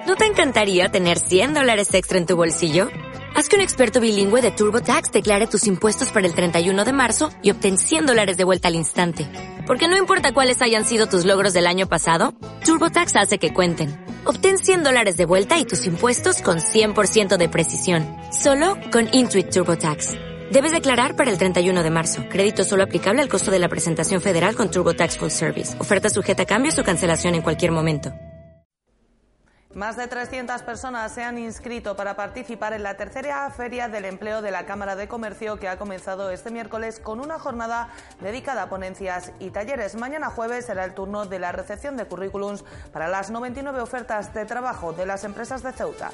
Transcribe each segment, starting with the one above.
¿No te encantaría tener $100 extra en tu bolsillo? Haz que un experto bilingüe de TurboTax declare tus impuestos para el 31 de marzo y obtén $100 de vuelta al instante. Porque no importa cuáles hayan sido tus logros del año pasado, TurboTax hace que cuenten. Obtén $100 de vuelta y tus impuestos con 100% de precisión. Solo con Intuit TurboTax. Debes declarar para el 31 de marzo. Crédito solo aplicable al costo de la presentación federal con TurboTax Full Service. Oferta sujeta a cambios o cancelación en cualquier momento. Más de 300 personas se han inscrito para participar en la tercera Feria del Empleo de la Cámara de Comercio, que ha comenzado este miércoles con una jornada dedicada a ponencias y talleres. Mañana jueves será el turno de la recepción de currículums para las 99 ofertas de trabajo de las empresas de Ceuta.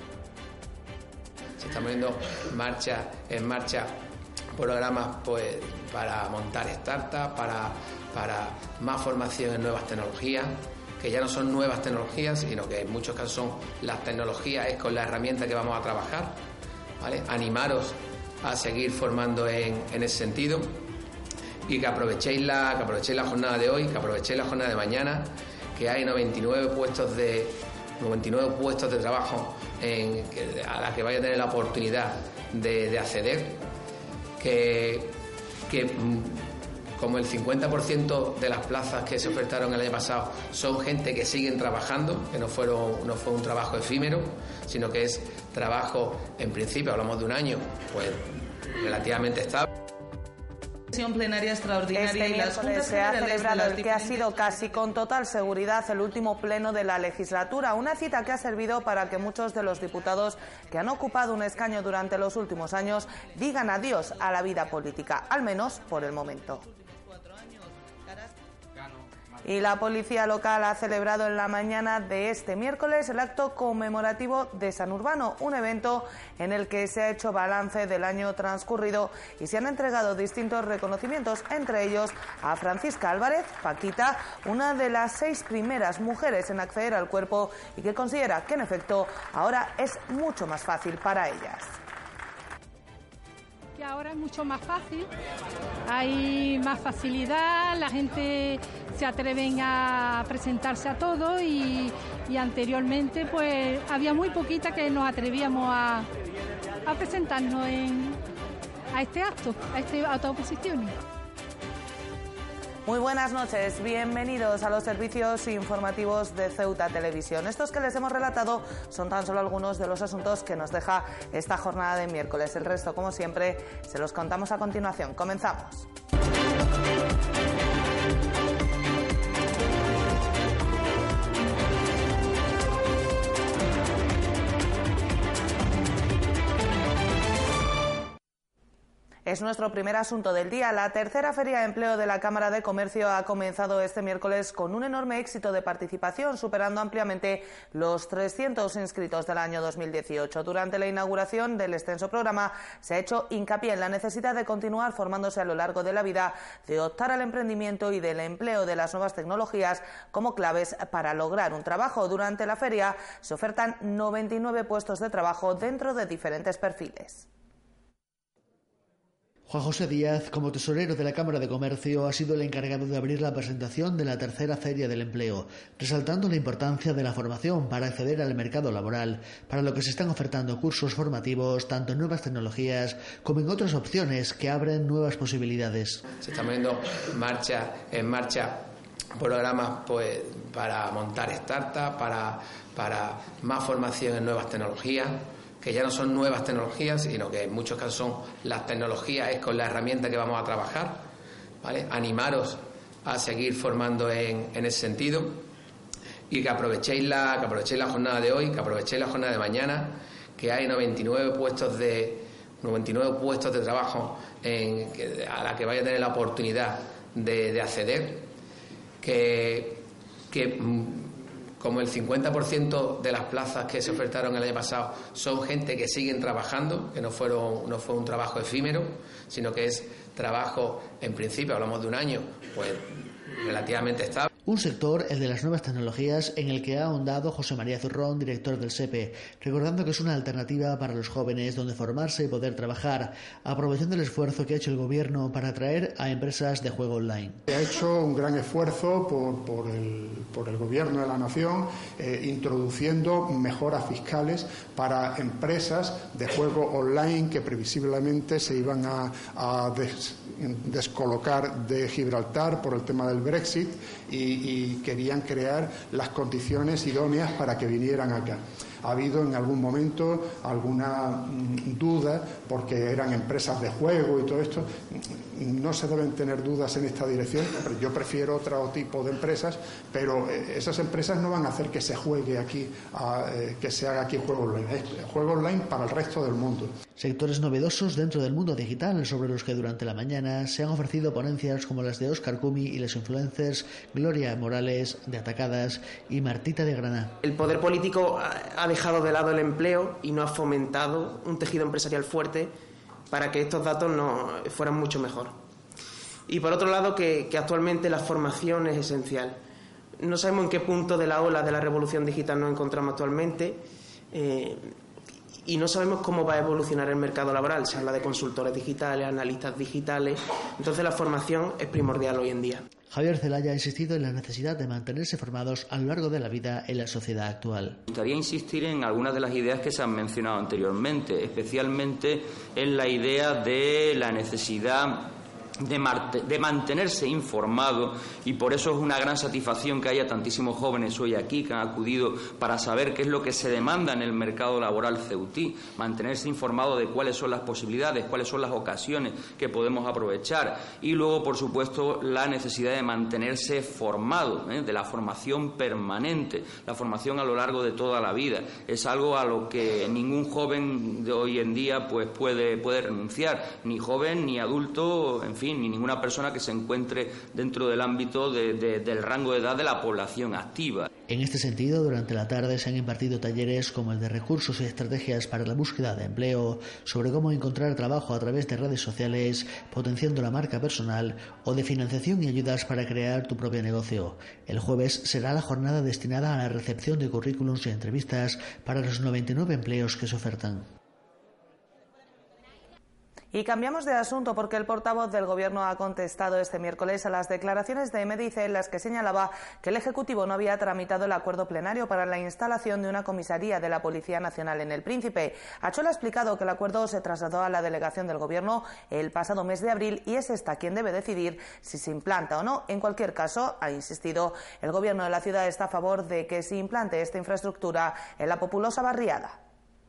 Se están poniendo en marcha programas para montar startups, para más formación en nuevas tecnologías, que ya no son nuevas tecnologías, sino que en muchos casos son las tecnologías, es con la herramienta que vamos a trabajar, ¿vale? Animaros a seguir formando en ese sentido y que aprovechéis la jornada de hoy, que aprovechéis la jornada de mañana, que hay 99 puestos de trabajo a la que vais a tener la oportunidad de acceder, que como el 50% de las plazas que se ofertaron el año pasado son gente que siguen trabajando, que no fue un trabajo efímero, sino que es trabajo, en principio, hablamos de un año, pues relativamente estable. Sesión plenaria extraordinaria y las Juntas se ha celebrado el que ha sido casi con total seguridad el último pleno de la legislatura, una cita que ha servido para que muchos de los diputados que han ocupado un escaño durante los últimos años digan adiós a la vida política, al menos por el momento. Y la policía local ha celebrado en la mañana de este miércoles el acto conmemorativo de San Urbano, un evento en el que se ha hecho balance del año transcurrido y se han entregado distintos reconocimientos, entre ellos a Francisca Álvarez, Paquita, una de las 6 primeras mujeres en acceder al cuerpo y que considera que en efecto ahora es mucho más fácil para ellas. Que ahora es mucho más fácil, hay más facilidad, la gente se atreven a presentarse a todo y anteriormente pues había muy poquita que nos atrevíamos a presentarnos a este acto, a este autooposiciones. Muy buenas noches, bienvenidos a los servicios informativos de Ceuta Televisión. Estos que les hemos relatado son tan solo algunos de los asuntos que nos deja esta jornada de miércoles. El resto, como siempre, se los contamos a continuación. Comenzamos. Es nuestro primer asunto del día. La tercera Feria de Empleo de la Cámara de Comercio ha comenzado este miércoles con un enorme éxito de participación, superando ampliamente los 300 inscritos del año 2018. Durante la inauguración del extenso programa se ha hecho hincapié en la necesidad de continuar formándose a lo largo de la vida, de optar al emprendimiento y del empleo de las nuevas tecnologías como claves para lograr un trabajo. Durante la feria se ofertan 99 puestos de trabajo dentro de diferentes perfiles. Juan José Díaz, como tesorero de la Cámara de Comercio, ha sido el encargado de abrir la presentación de la tercera Feria del Empleo, resaltando la importancia de la formación para acceder al mercado laboral, para lo que se están ofertando cursos formativos tanto en nuevas tecnologías como en otras opciones que abren nuevas posibilidades. Se están poniendo en marcha programas para montar startups, para más formación en nuevas tecnologías, que ya no son nuevas tecnologías, sino que en muchos casos son las tecnologías, es con la herramienta que vamos a trabajar, ¿vale? Animaros a seguir formando en ese sentido y que aprovechéis la jornada de hoy, que aprovechéis la jornada de mañana, que hay 99 puestos de trabajo a la que vais a tener la oportunidad de acceder, que como el 50% de las plazas que se ofertaron el año pasado son gente que siguen trabajando, que no fue un trabajo efímero, sino que es trabajo, en principio, hablamos de un año, pues relativamente estable. Un sector, el de las nuevas tecnologías, en el que ha ahondado José María Zurrón, director del SEPE, recordando que es una alternativa para los jóvenes donde formarse y poder trabajar, aprovechando el esfuerzo que ha hecho el Gobierno para atraer a empresas de juego online. Ha hecho un gran esfuerzo por el Gobierno de la Nación, introduciendo mejoras fiscales para empresas de juego online que previsiblemente se iban a descolocar de Gibraltar por el tema del Brexit y querían crear las condiciones idóneas para que vinieran acá. Ha habido en algún momento alguna duda porque eran empresas de juego y todo esto. No se deben tener dudas en esta dirección. Yo prefiero otro tipo de empresas, pero esas empresas no van a hacer que se juegue aquí, que se haga aquí juego online. Es juego online para el resto del mundo. Sectores novedosos dentro del mundo digital sobre los que durante la mañana se han ofrecido ponencias como las de Óscar Cumi y las influencers Gloria Morales de Atacadas y Martita de Granada. El poder político ha dejado de lado el empleo y no ha fomentado un tejido empresarial fuerte para que estos datos no fueran mucho mejor. Y por otro lado, que actualmente la formación es esencial. No sabemos en qué punto de la ola de la revolución digital nos encontramos actualmente y no sabemos cómo va a evolucionar el mercado laboral. Se habla de consultores digitales, analistas digitales. Entonces la formación es primordial hoy en día. Javier Zelaya ha insistido en la necesidad de mantenerse formados a lo largo de la vida en la sociedad actual. Me gustaría insistir en algunas de las ideas que se han mencionado anteriormente, especialmente en la idea de la necesidad de mantenerse informado, y por eso es una gran satisfacción que haya tantísimos jóvenes hoy aquí que han acudido para saber qué es lo que se demanda en el mercado laboral ceutí, mantenerse informado de cuáles son las posibilidades, cuáles son las ocasiones que podemos aprovechar, y luego, por supuesto, la necesidad de mantenerse formado, de la formación permanente, la formación a lo largo de toda la vida. Es algo a lo que ningún joven de hoy en día pues puede renunciar, ni joven, ni adulto, en fin, ni ninguna persona que se encuentre dentro del ámbito del rango de edad de la población activa. En este sentido, durante la tarde se han impartido talleres como el de recursos y estrategias para la búsqueda de empleo, sobre cómo encontrar trabajo a través de redes sociales, potenciando la marca personal, o de financiación y ayudas para crear tu propio negocio. El jueves será la jornada destinada a la recepción de currículums y entrevistas para los 99 empleos que se ofertan. Y cambiamos de asunto porque el portavoz del Gobierno ha contestado este miércoles a las declaraciones de MDIC en las que señalaba que el Ejecutivo no había tramitado el acuerdo plenario para la instalación de una comisaría de la Policía Nacional en El Príncipe. Achola ha explicado que el acuerdo se trasladó a la delegación del Gobierno el pasado mes de abril y es esta quien debe decidir si se implanta o no. En cualquier caso, ha insistido, el Gobierno de la ciudad está a favor de que se implante esta infraestructura en la populosa barriada.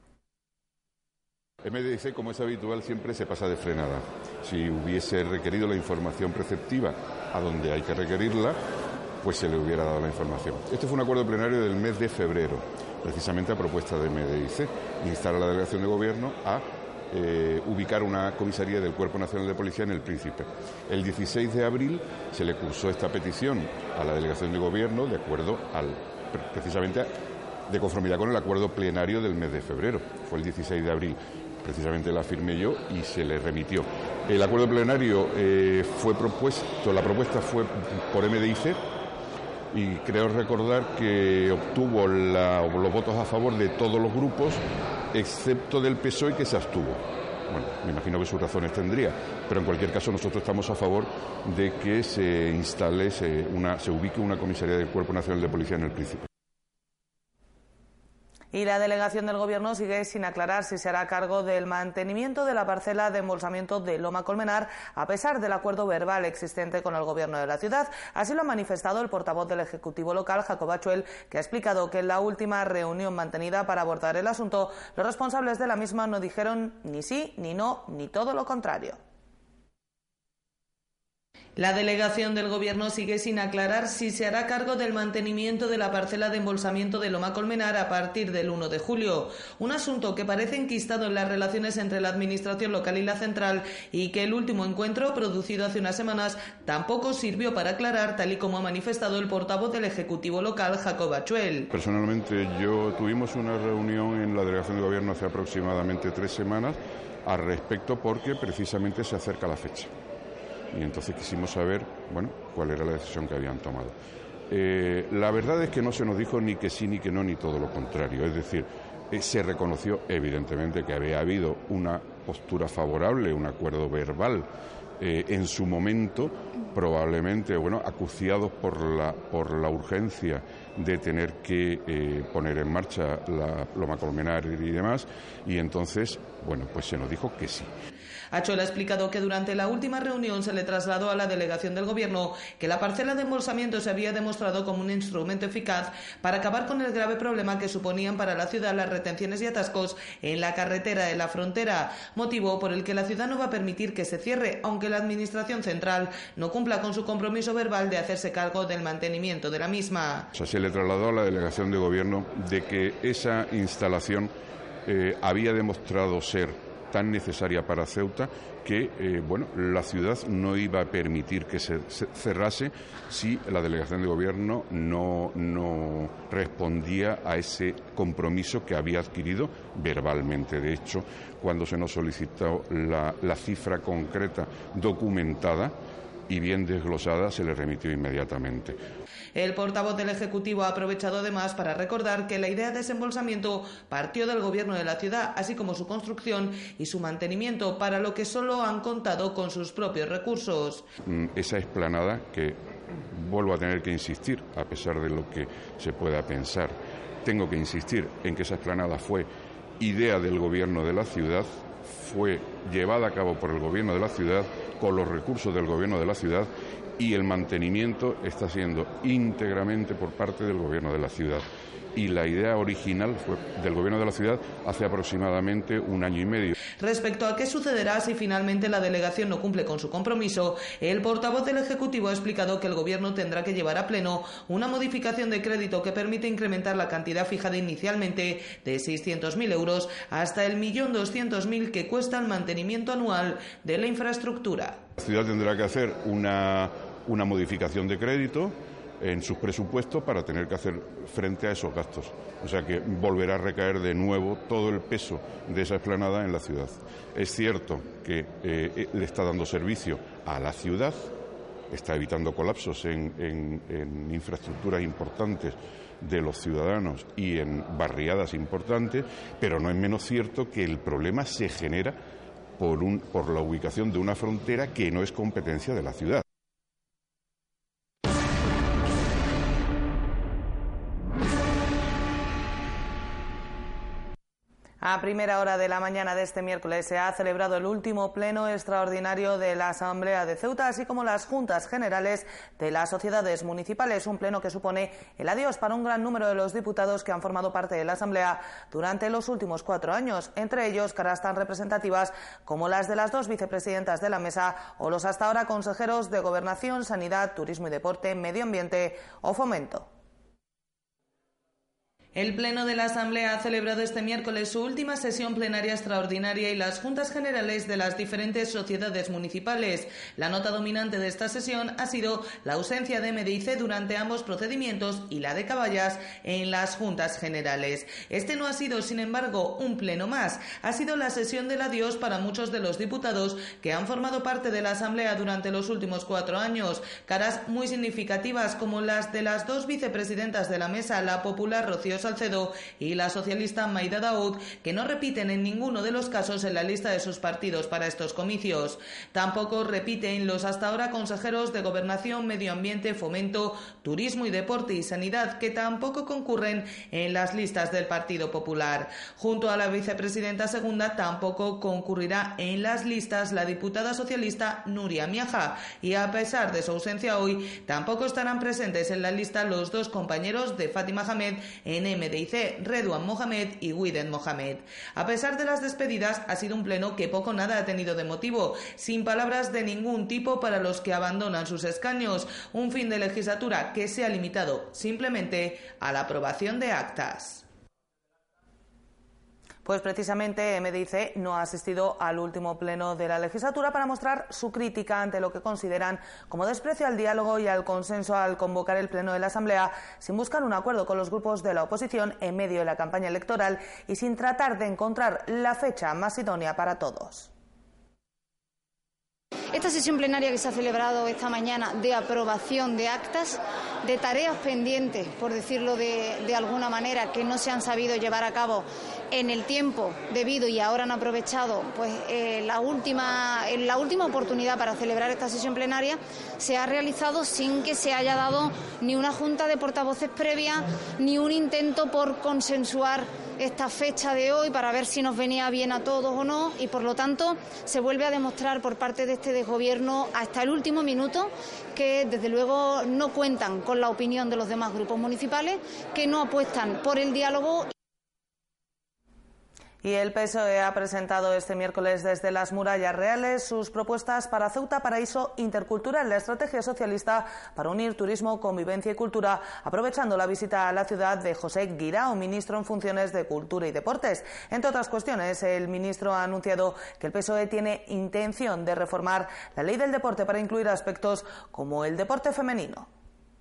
MDIC, como es habitual, siempre se pasa de frenada. Si hubiese requerido la información preceptiva a donde hay que requerirla, pues se le hubiera dado la información. Este fue un acuerdo plenario del mes de febrero, precisamente a propuesta de MDIC, instar a la delegación de Gobierno a ubicar una comisaría del Cuerpo Nacional de Policía en El Príncipe. El 16 de abril se le cursó esta petición a la delegación de Gobierno de acuerdo precisamente de conformidad con el acuerdo plenario del mes de febrero. Fue el 16 de abril. Precisamente la firmé yo y se le remitió. El acuerdo plenario fue propuesto, la propuesta fue por MDIC y creo recordar que obtuvo los votos a favor de todos los grupos, excepto del PSOE, que se abstuvo. Bueno, me imagino que sus razones tendría, pero en cualquier caso nosotros estamos a favor de que se instale, se ubique una comisaría del Cuerpo Nacional de Policía en El Príncipe. Y la delegación del Gobierno sigue sin aclarar si se hará cargo del mantenimiento de la parcela de embolsamiento de Loma Colmenar, a pesar del acuerdo verbal existente con el Gobierno de la ciudad. Así lo ha manifestado el portavoz del Ejecutivo local, Jacob Achuel, que ha explicado que en la última reunión mantenida para abordar el asunto, los responsables de la misma no dijeron ni sí, ni no, ni todo lo contrario. La delegación del Gobierno sigue sin aclarar si se hará cargo del mantenimiento de la parcela de embolsamiento de Loma Colmenar a partir del 1 de julio, un asunto que parece enquistado en las relaciones entre la Administración local y la central y que el último encuentro, producido hace unas semanas, tampoco sirvió para aclarar, tal y como ha manifestado el portavoz del Ejecutivo local, Jacob Achuel. Personalmente, tuvimos una reunión en la delegación de Gobierno hace aproximadamente 3 semanas al respecto porque precisamente se acerca la fecha. Y entonces quisimos saber, cuál era la decisión que habían tomado. La verdad es que no se nos dijo ni que sí, ni que no, ni todo lo contrario. Es decir, se reconoció evidentemente que había habido una postura favorable, un acuerdo verbal en su momento, probablemente acuciados por la urgencia de tener que poner en marcha la Loma Colmenar y demás, y entonces pues se nos dijo que sí. Achola ha explicado que durante la última reunión se le trasladó a la delegación del Gobierno que la parcela de embolsamiento se había demostrado como un instrumento eficaz para acabar con el grave problema que suponían para la ciudad las retenciones y atascos en la carretera de la frontera, motivo por el que la ciudad no va a permitir que se cierre, aunque la Administración central no cumpla con su compromiso verbal de hacerse cargo del mantenimiento de la misma. Se le trasladó a la delegación de Gobierno de que esa instalación había demostrado ser tan necesaria para Ceuta que la ciudad no iba a permitir que se cerrase si la delegación de Gobierno no respondía a ese compromiso que había adquirido verbalmente. De hecho, cuando se nos solicitó la cifra concreta documentada y bien desglosada, se le remitió inmediatamente. El portavoz del Ejecutivo ha aprovechado además para recordar que la idea de desembolsamiento partió del Gobierno de la ciudad, así como su construcción y su mantenimiento, para lo que solo han contado con sus propios recursos. Esa explanada, que vuelvo a tener que insistir, a pesar de lo que se pueda pensar, tengo que insistir en que esa explanada fue idea del Gobierno de la ciudad, fue llevada a cabo por el Gobierno de la ciudad, con los recursos del Gobierno de la ciudad, y el mantenimiento está siendo íntegramente por parte del Gobierno de la ciudad. Y la idea original fue del Gobierno de la ciudad hace aproximadamente 1 año y medio. Respecto a qué sucederá si finalmente la delegación no cumple con su compromiso, el portavoz del Ejecutivo ha explicado que el Gobierno tendrá que llevar a pleno una modificación de crédito que permite incrementar la cantidad fijada inicialmente de 600.000 euros hasta el 1.200.000 que cuesta el mantenimiento anual de la infraestructura. La ciudad tendrá que hacer una modificación de crédito en sus presupuestos para tener que hacer frente a esos gastos. O sea que volverá a recaer de nuevo todo el peso de esa explanada en la ciudad. Es cierto que le está dando servicio a la ciudad, está evitando colapsos en infraestructuras importantes de los ciudadanos y en barriadas importantes, pero no es menos cierto que el problema se genera por la ubicación de una frontera que no es competencia de la ciudad. A primera hora de la mañana de este miércoles se ha celebrado el último pleno extraordinario de la Asamblea de Ceuta, así como las Juntas Generales de las Sociedades Municipales, un pleno que supone el adiós para un gran número de los diputados que han formado parte de la Asamblea durante los últimos 4 años, entre ellos caras tan representativas como las de las 2 vicepresidentas de la mesa o los hasta ahora consejeros de Gobernación, Sanidad, Turismo y Deporte, Medio Ambiente o Fomento. El Pleno de la Asamblea ha celebrado este miércoles su última sesión plenaria extraordinaria y las Juntas Generales de las diferentes sociedades municipales. La nota dominante de esta sesión ha sido la ausencia de MDIC durante ambos procedimientos y la de Caballas en las Juntas Generales. Este no ha sido, sin embargo, un pleno más. Ha sido la sesión del adiós para muchos de los diputados que han formado parte de la Asamblea durante los últimos 4 años. Caras muy significativas como las de las 2 vicepresidentas de la mesa, la popular Rocío Salcedo y la socialista Maida Daoud, que no repiten en ninguno de los casos en la lista de sus partidos para estos comicios. Tampoco repiten los hasta ahora consejeros de Gobernación, Medio Ambiente, Fomento, Turismo y Deporte y Sanidad, que tampoco concurren en las listas del Partido Popular. Junto a la vicepresidenta segunda tampoco concurrirá en las listas la diputada socialista Nuria Miaja, y a pesar de su ausencia hoy, tampoco estarán presentes en la lista los 2 compañeros de Fátima Hamed en MDIC, Redouan Mohamed y Widen Mohamed. A pesar de las despedidas, ha sido un pleno que poco nada ha tenido de motivo, sin palabras de ningún tipo para los que abandonan sus escaños, un fin de legislatura que se ha limitado simplemente a la aprobación de actas. Pues precisamente MDIC no ha asistido al último pleno de la legislatura para mostrar su crítica ante lo que consideran como desprecio al diálogo y al consenso al convocar el pleno de la Asamblea sin buscar un acuerdo con los grupos de la oposición en medio de la campaña electoral y sin tratar de encontrar la fecha más idónea para todos. Esta sesión plenaria que se ha celebrado esta mañana de aprobación de actas, de tareas pendientes, por decirlo de alguna manera, que no se han sabido llevar a cabo en el tiempo debido y ahora han aprovechado pues la última oportunidad para celebrar esta sesión plenaria, se ha realizado sin que se haya dado ni una junta de portavoces previa ni un intento por consensuar esta fecha de hoy para ver si nos venía bien a todos o no, y por lo tanto se vuelve a demostrar por parte de este desgobierno hasta el último minuto que desde luego no cuentan con la opinión de los demás grupos municipales, que no apuestan por el diálogo. Y el PSOE ha presentado este miércoles desde las Murallas Reales sus propuestas para Ceuta Paraíso Intercultural, la estrategia socialista para unir turismo, convivencia y cultura, aprovechando la visita a la ciudad de José Guirao, ministro en funciones de Cultura y Deportes. Entre otras cuestiones, el ministro ha anunciado que el PSOE tiene intención de reformar la ley del deporte para incluir aspectos como el deporte femenino.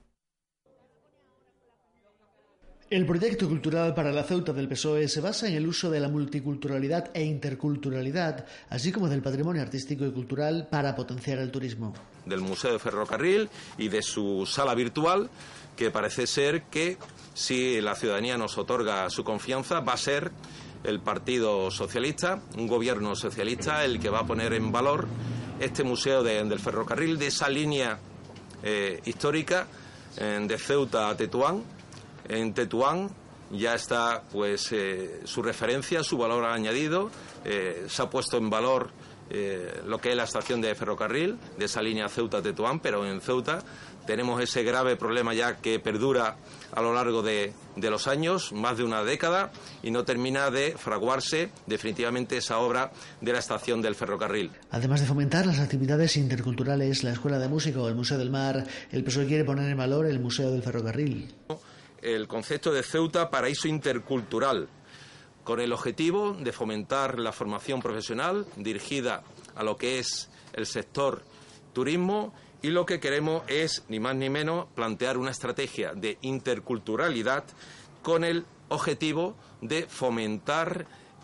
El proyecto cultural para la Ceuta del PSOE se basa en el uso de la multiculturalidad e interculturalidad, así como del patrimonio artístico y cultural para potenciar el turismo. Del Museo de Ferrocarril y de su sala virtual, que parece ser que, si la ciudadanía nos otorga su confianza, va a ser el Partido Socialista, un gobierno socialista, el que va a poner en valor este museo del ferrocarril, de esa línea histórica de Ceuta a Tetuán. En Tetuán ya está pues su referencia, su valor añadido, se ha puesto en valor lo que es la estación de ferrocarril de esa línea Ceuta-Tetuán, pero en Ceuta tenemos ese grave problema ya que perdura a lo largo de los años, más de una década, y no termina de fraguarse definitivamente esa obra de la estación del ferrocarril. Además de fomentar las actividades interculturales, la Escuela de Música o el Museo del Mar, el PSOE quiere poner en valor el Museo del Ferrocarril. El concepto de Ceuta Paraíso Intercultural, con el objetivo de fomentar la formación profesional dirigida a lo que es el sector turismo, y lo que queremos es, ni más ni menos, plantear una estrategia de interculturalidad con el objetivo de fomentar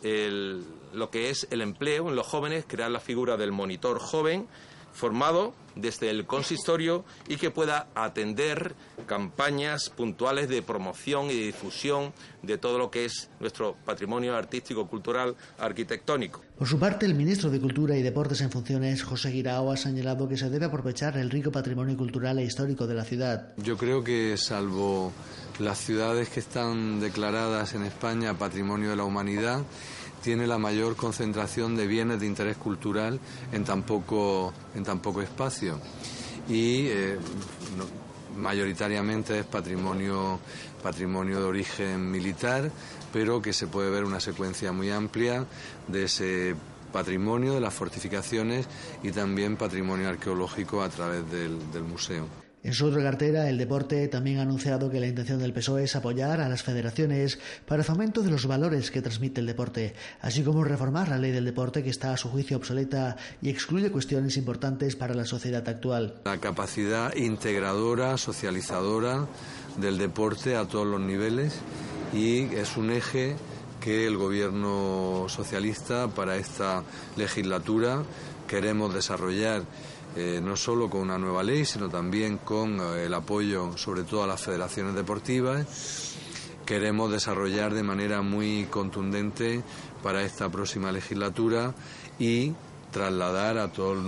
lo que es el empleo en los jóvenes, crear la figura del monitor joven, formado desde el consistorio y que pueda atender campañas puntuales de promoción y de difusión de todo lo que es nuestro patrimonio artístico, cultural, arquitectónico. Por su parte, el ministro de Cultura y Deportes en funciones, José Guirao, ha señalado que se debe aprovechar el rico patrimonio cultural e histórico de la ciudad. Yo creo que, salvo las ciudades que están declaradas en España Patrimonio de la Humanidad, tiene la mayor concentración de bienes de interés cultural en tan poco espacio, y mayoritariamente es patrimonio de origen militar, pero que se puede ver una secuencia muy amplia de ese patrimonio, de las fortificaciones, y también patrimonio arqueológico a través del museo. En su otra cartera, el deporte también ha anunciado que la intención del PSOE es apoyar a las federaciones para el fomento de los valores que transmite el deporte, así como reformar la ley del deporte, que está a su juicio obsoleta y excluye cuestiones importantes para la sociedad actual. La capacidad integradora, socializadora del deporte a todos los niveles, y es un eje que el gobierno socialista para esta legislatura queremos desarrollar, no solo con una nueva ley, sino también con el apoyo sobre todo a las federaciones deportivas. Queremos desarrollar de manera muy contundente para esta próxima legislatura y trasladar a todos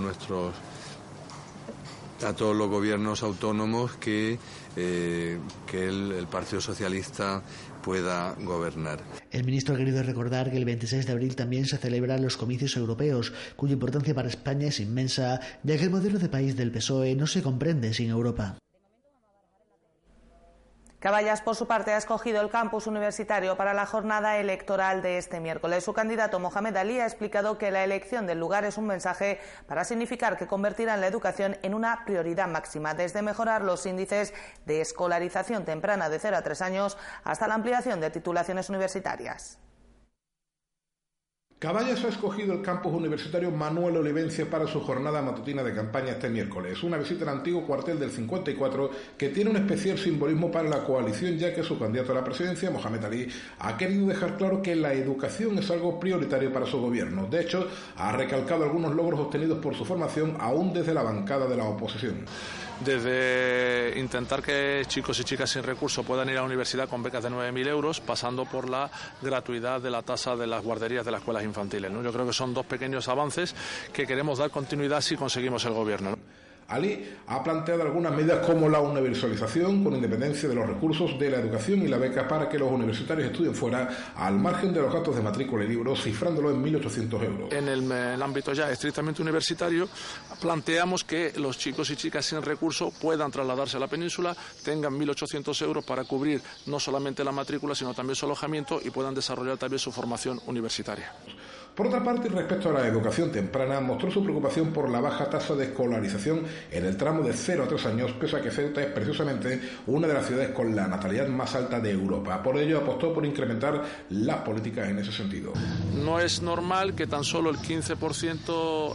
los gobiernos autónomos que el Partido Socialista pueda gobernar. El ministro ha querido recordar que el 26 de abril también se celebran los comicios europeos, cuya importancia para España es inmensa, ya que el modelo de país del PSOE no se comprende sin Europa. Caballas, por su parte, ha escogido el campus universitario para la jornada electoral de este miércoles. Su candidato, Mohamed Ali, ha explicado que la elección del lugar es un mensaje para significar que convertirán la educación en una prioridad máxima, desde mejorar los índices de escolarización temprana de 0 a 3 años hasta la ampliación de titulaciones universitarias. Caballas ha escogido el campus universitario Manuel Olivencia para su jornada matutina de campaña este miércoles, una visita al antiguo cuartel del 54 que tiene un especial simbolismo para la coalición, ya que su candidato a la presidencia, Mohamed Ali, ha querido dejar claro que la educación es algo prioritario para su gobierno. De hecho, ha recalcado algunos logros obtenidos por su formación, aún desde la bancada de la oposición. Desde intentar que chicos y chicas sin recursos puedan ir a la universidad con becas de 9.000 euros, pasando por la gratuidad de la tasa de las guarderías de las escuelas infantiles, ¿no? Yo creo que son dos pequeños avances que queremos dar continuidad si conseguimos el gobierno, ¿no? Ali ha planteado algunas medidas como la universalización con independencia de los recursos de la educación y la beca para que los universitarios estudien fuera al margen de los gastos de matrícula y libros, cifrándolo en 1.800 euros. En el ámbito ya estrictamente universitario, planteamos que los chicos y chicas sin recursos puedan trasladarse a la península, tengan 1.800 euros para cubrir no solamente la matrícula, sino también su alojamiento y puedan desarrollar también su formación universitaria. Por otra parte, respecto a la educación temprana, mostró su preocupación por la baja tasa de escolarización en el tramo de 0 a 3 años, pese a que Ceuta es precisamente una de las ciudades con la natalidad más alta de Europa. Por ello, apostó por incrementar las políticas en ese sentido. No es normal que tan solo el 15%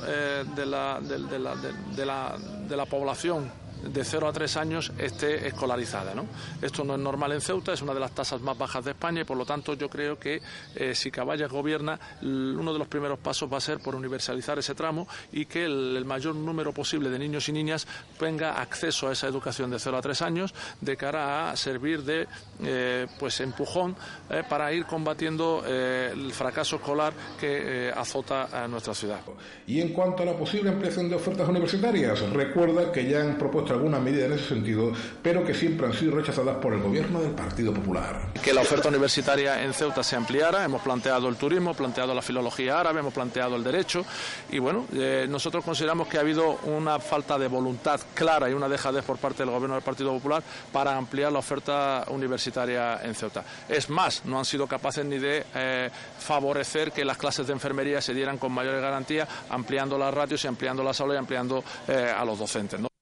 de la población de 0 a 3 años esté escolarizada, ¿no? Esto no es normal en Ceuta, es una de las tasas más bajas de España y por lo tanto yo creo que si Caballas gobierna, uno de los primeros pasos va a ser por universalizar ese tramo y que el mayor número posible de niños y niñas tenga acceso a esa educación de 0 a 3 años de cara a servir de empujón para ir combatiendo el fracaso escolar que azota a nuestra ciudad. Y en cuanto a la posible ampliación de ofertas universitarias, recuerda que ya han propuesto algunas medidas en ese sentido, pero que siempre han sido rechazadas por el gobierno del Partido Popular. Que la oferta universitaria en Ceuta se ampliara, hemos planteado el turismo, planteado la filología árabe, hemos planteado el derecho y bueno, nosotros consideramos que ha habido una falta de voluntad clara y una dejadez por parte del gobierno del Partido Popular para ampliar la oferta universitaria en Ceuta. Es más, no han sido capaces ni de favorecer que las clases de enfermería se dieran con mayores garantías, ampliando las ratios y ampliando las aulas y ampliando a los docentes, ¿no?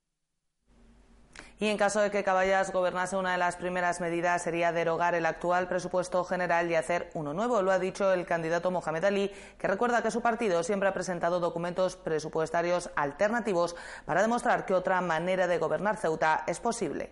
Y en caso de que Caballas gobernase, una de las primeras medidas sería derogar el actual presupuesto general y hacer uno nuevo. Lo ha dicho el candidato Mohamed Ali, que recuerda que su partido siempre ha presentado documentos presupuestarios alternativos para demostrar que otra manera de gobernar Ceuta es posible.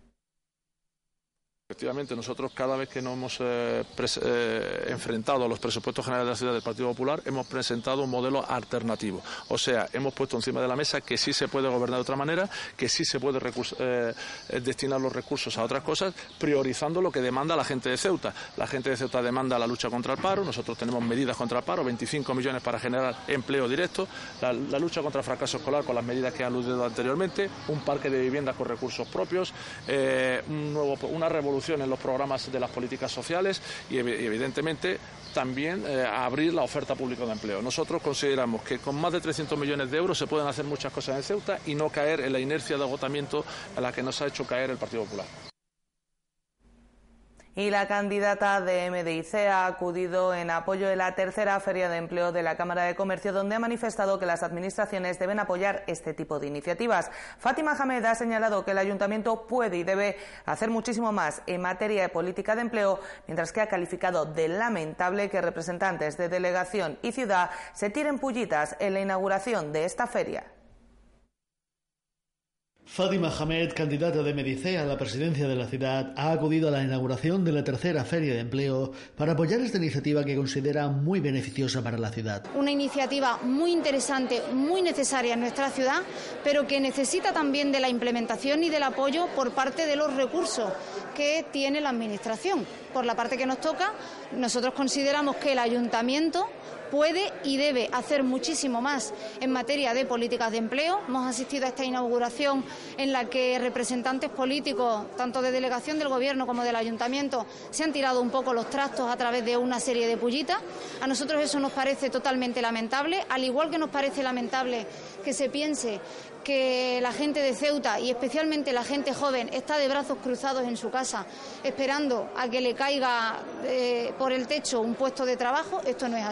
Efectivamente, nosotros cada vez que nos hemos enfrentado a los presupuestos generales de la ciudad del Partido Popular hemos presentado un modelo alternativo. O sea, hemos puesto encima de la mesa que sí se puede gobernar de otra manera, que sí se puede destinar los recursos a otras cosas, priorizando lo que demanda la gente de Ceuta. La gente de Ceuta demanda la lucha contra el paro, nosotros tenemos medidas contra el paro, 25 millones para generar empleo directo, la lucha contra el fracaso escolar con las medidas que he aludido anteriormente, un parque de viviendas con recursos propios, una revolución en los programas de las políticas sociales y evidentemente también abrir la oferta pública de empleo. Nosotros consideramos que con más de 300 millones de euros se pueden hacer muchas cosas en Ceuta y no caer en la inercia de agotamiento a la que nos ha hecho caer el Partido Popular. Y la candidata de MDIC ha acudido en apoyo de la tercera Feria de Empleo de la Cámara de Comercio, donde ha manifestado que las administraciones deben apoyar este tipo de iniciativas. Fátima Hamed ha señalado que el Ayuntamiento puede y debe hacer muchísimo más en materia de política de empleo, mientras que ha calificado de lamentable que representantes de delegación y ciudad se tiren pullitas en la inauguración de esta feria. Fátima Hamed, candidata de MDIC a la presidencia de la ciudad, ha acudido a la inauguración de la tercera Feria de Empleo para apoyar esta iniciativa que considera muy beneficiosa para la ciudad. Una iniciativa muy interesante, muy necesaria en nuestra ciudad, pero que necesita también de la implementación y del apoyo por parte de los recursos que tiene la Administración. Por la parte que nos toca, nosotros consideramos que el Ayuntamiento puede y debe hacer muchísimo más en materia de políticas de empleo. Hemos asistido a esta inauguración en la que representantes políticos, tanto de delegación del Gobierno como del Ayuntamiento, se han tirado un poco los trastos a través de una serie de pullitas. A nosotros eso nos parece totalmente lamentable, al igual que nos parece lamentable que se piense que la gente de Ceuta y especialmente la gente joven está de brazos cruzados en su casa esperando a que le caiga por el techo un puesto de trabajo. Esto no es así.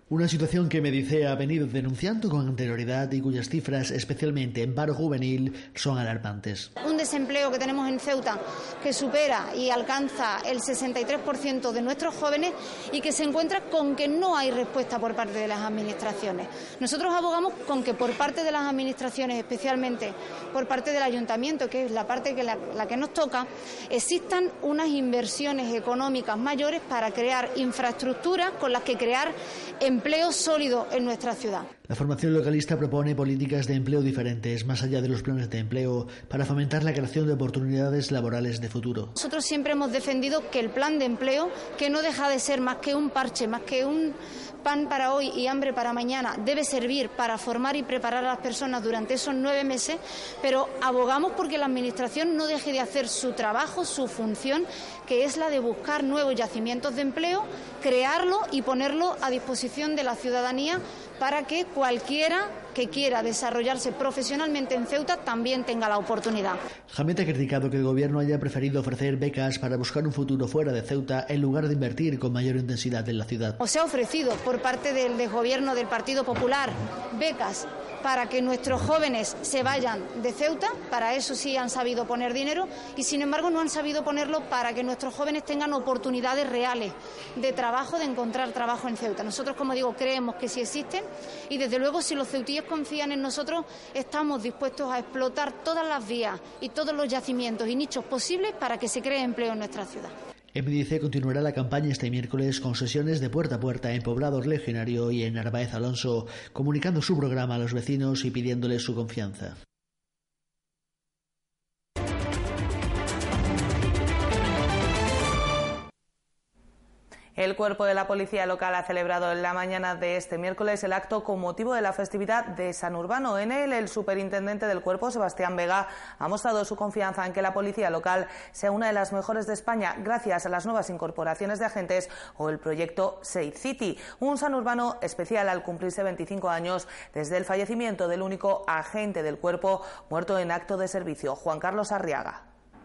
Una situación que Medicea ha venido denunciando con anterioridad y cuyas cifras, especialmente en paro juvenil, son alarmantes. Un desempleo que tenemos en Ceuta que supera y alcanza el 63% de nuestros jóvenes y que se encuentra con que no hay respuesta por parte de las administraciones. Nosotros abogamos con que por parte de las administraciones, especialmente por parte del ayuntamiento, que es la parte que la que nos toca, existan unas inversiones económicas mayores para crear infraestructuras con las que crear empleo sólido en nuestra ciudad. La formación localista propone políticas de empleo diferentes, más allá de los planes de empleo, para fomentar la creación de oportunidades laborales de futuro. Nosotros siempre hemos defendido que el plan de empleo, que no deja de ser más que un parche, más que un pan para hoy y hambre para mañana, debe servir para formar y preparar a las personas durante esos 9 meses, pero abogamos porque la Administración no deje de hacer su trabajo, su función, que es la de buscar nuevos yacimientos de empleo, crearlo y ponerlo a disposición de la ciudadanía para que cualquiera que quiera desarrollarse profesionalmente en Ceuta también tenga la oportunidad. Hamet ha criticado que el Gobierno haya preferido ofrecer becas para buscar un futuro fuera de Ceuta en lugar de invertir con mayor intensidad en la ciudad. O se ha ofrecido por parte del Gobierno del Partido Popular becas para que nuestros jóvenes se vayan de Ceuta, para eso sí han sabido poner dinero y sin embargo no han sabido ponerlo para que nuestros jóvenes tengan oportunidades reales de trabajo, de encontrar trabajo en Ceuta. Nosotros, como digo, creemos que sí existen y desde luego si los ceutíes confían en nosotros estamos dispuestos a explotar todas las vías y todos los yacimientos y nichos posibles para que se cree empleo en nuestra ciudad. MDC continuará la campaña este miércoles con sesiones de puerta a puerta en Poblado Legionario y en Narváez Alonso, comunicando su programa a los vecinos y pidiéndoles su confianza. El Cuerpo de la Policía Local ha celebrado en la mañana de este miércoles el acto con motivo de la festividad de San Urbano. En él, el superintendente del Cuerpo, Sebastián Vega, ha mostrado su confianza en que la Policía Local sea una de las mejores de España gracias a las nuevas incorporaciones de agentes o el proyecto Safe City, un San Urbano especial al cumplirse 25 años desde el fallecimiento del único agente del Cuerpo muerto en acto de servicio, Juan Carlos Arriaga.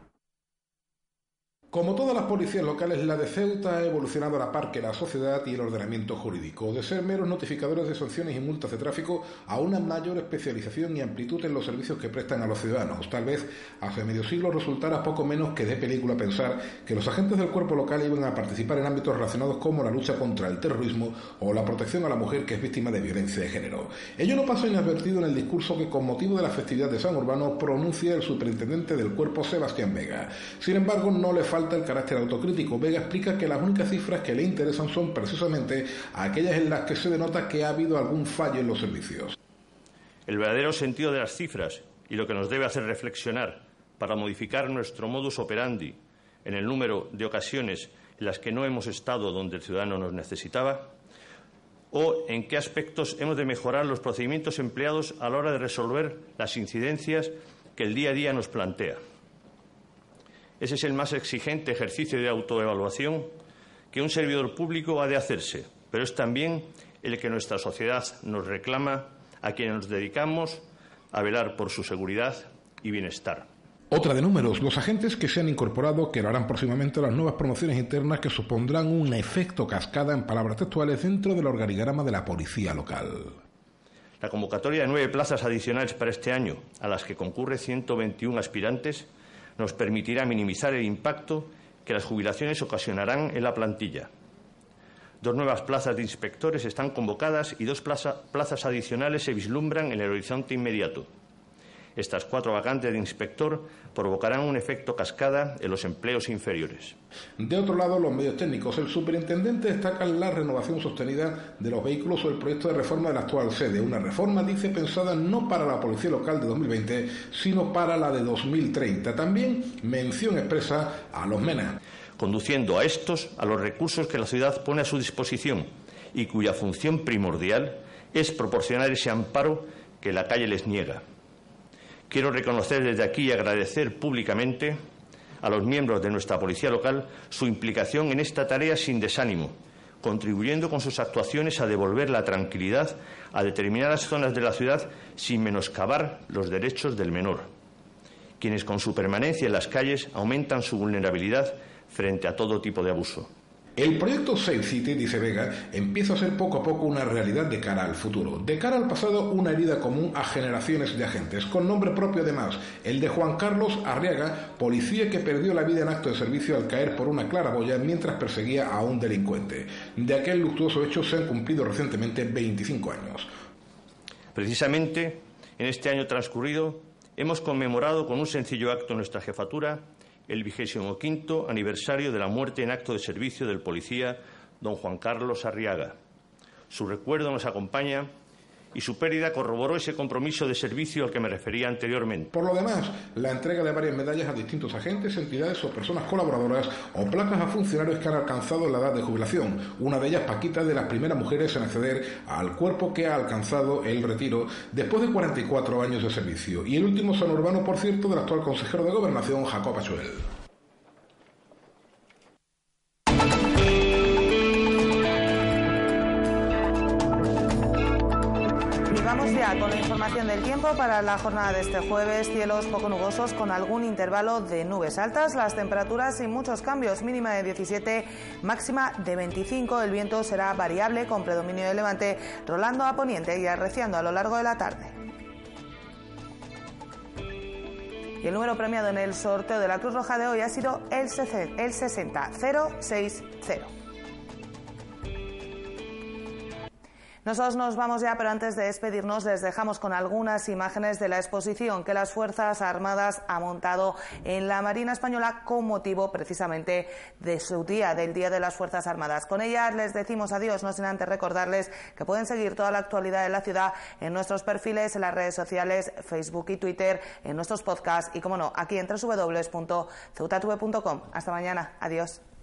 Como todas las policías locales, la de Ceuta ha evolucionado a la par que la sociedad y el ordenamiento jurídico, de ser meros notificadores de sanciones y multas de tráfico a una mayor especialización y amplitud en los servicios que prestan a los ciudadanos. Tal vez hace medio siglo resultara poco menos que de película pensar que los agentes del cuerpo local iban a participar en ámbitos relacionados como la lucha contra el terrorismo o la protección a la mujer que es víctima de violencia de género. Ello no pasó inadvertido en el discurso que con motivo de la festividad de San Urbano pronuncia el superintendente del cuerpo, Sebastián Vega. Sin embargo, no le falta el carácter autocrítico. Vega explica que las únicas cifras que le interesan son precisamente aquellas en las que se denota que ha habido algún fallo en los servicios. El verdadero sentido de las cifras y lo que nos debe hacer reflexionar para modificar nuestro modus operandi en el número de ocasiones en las que no hemos estado donde el ciudadano nos necesitaba, o en qué aspectos hemos de mejorar los procedimientos empleados a la hora de resolver las incidencias que el día a día nos plantea. Ese es el más exigente ejercicio de autoevaluación que un servidor público ha de hacerse, pero es también el que nuestra sociedad nos reclama a quienes nos dedicamos a velar por su seguridad y bienestar. Otra de números, los agentes que se han incorporado, que lo harán próximamente las nuevas promociones internas que supondrán un efecto cascada, en palabras textuales, dentro del organigrama de la policía local. La convocatoria de 9 plazas adicionales para este año, a las que concurre 121 aspirantes, nos permitirá minimizar el impacto que las jubilaciones ocasionarán en la plantilla. 2 nuevas plazas de inspectores están convocadas y 2 plazas adicionales se vislumbran en el horizonte inmediato. Estas 4 vacantes de inspector provocarán un efecto cascada en los empleos inferiores. De otro lado, los medios técnicos. El superintendente destaca la renovación sostenida de los vehículos o el proyecto de reforma de la actual sede. Una reforma, dice, pensada no para la Policía Local de 2020, sino para la de 2030. También mención expresa a los MENA. Conduciendo a estos a los recursos que la ciudad pone a su disposición y cuya función primordial es proporcionar ese amparo que la calle les niega. Quiero reconocer desde aquí y agradecer públicamente a los miembros de nuestra Policía Local su implicación en esta tarea sin desánimo, contribuyendo con sus actuaciones a devolver la tranquilidad a determinadas zonas de la ciudad sin menoscabar los derechos del menor, quienes con su permanencia en las calles aumentan su vulnerabilidad frente a todo tipo de abuso. El proyecto Safe City, dice Vega, empieza a ser poco a poco una realidad de cara al futuro. De cara al pasado, una herida común a generaciones de agentes, con nombre propio además, el de Juan Carlos Arriaga, policía que perdió la vida en acto de servicio al caer por una claraboya mientras perseguía a un delincuente. De aquel luctuoso hecho se han cumplido recientemente 25 años. Precisamente, en este año transcurrido, hemos conmemorado con un sencillo acto en nuestra jefatura el 25º aniversario de la muerte en acto de servicio del policía don Juan Carlos Arriaga. Su recuerdo nos acompaña y su pérdida corroboró ese compromiso de servicio al que me refería anteriormente. Por lo demás, la entrega de varias medallas a distintos agentes, entidades o personas colaboradoras o placas a funcionarios que han alcanzado la edad de jubilación. Una de ellas, Paquita, de las primeras mujeres en acceder al cuerpo que ha alcanzado el retiro después de 44 años de servicio. Y el último San Urbano, por cierto, del actual consejero de Gobernación, Jacob Achuel. Vamos ya con la información del tiempo para la jornada de este jueves. Cielos poco nubosos con algún intervalo de nubes altas. Las temperaturas sin muchos cambios. Mínima de 17, máxima de 25. El viento será variable con predominio de levante, rolando a poniente y arreciando a lo largo de la tarde. Y el número premiado en el sorteo de la Cruz Roja de hoy ha sido el 60060. Nosotros nos vamos ya, pero antes de despedirnos les dejamos con algunas imágenes de la exposición que las Fuerzas Armadas ha montado en la Marina Española con motivo precisamente de su día, del Día de las Fuerzas Armadas. Con ellas les decimos adiós, no sin antes recordarles que pueden seguir toda la actualidad de la ciudad en nuestros perfiles, en las redes sociales, Facebook y Twitter, en nuestros podcasts y, como no, aquí en www.ceutatv.com. Hasta mañana. Adiós.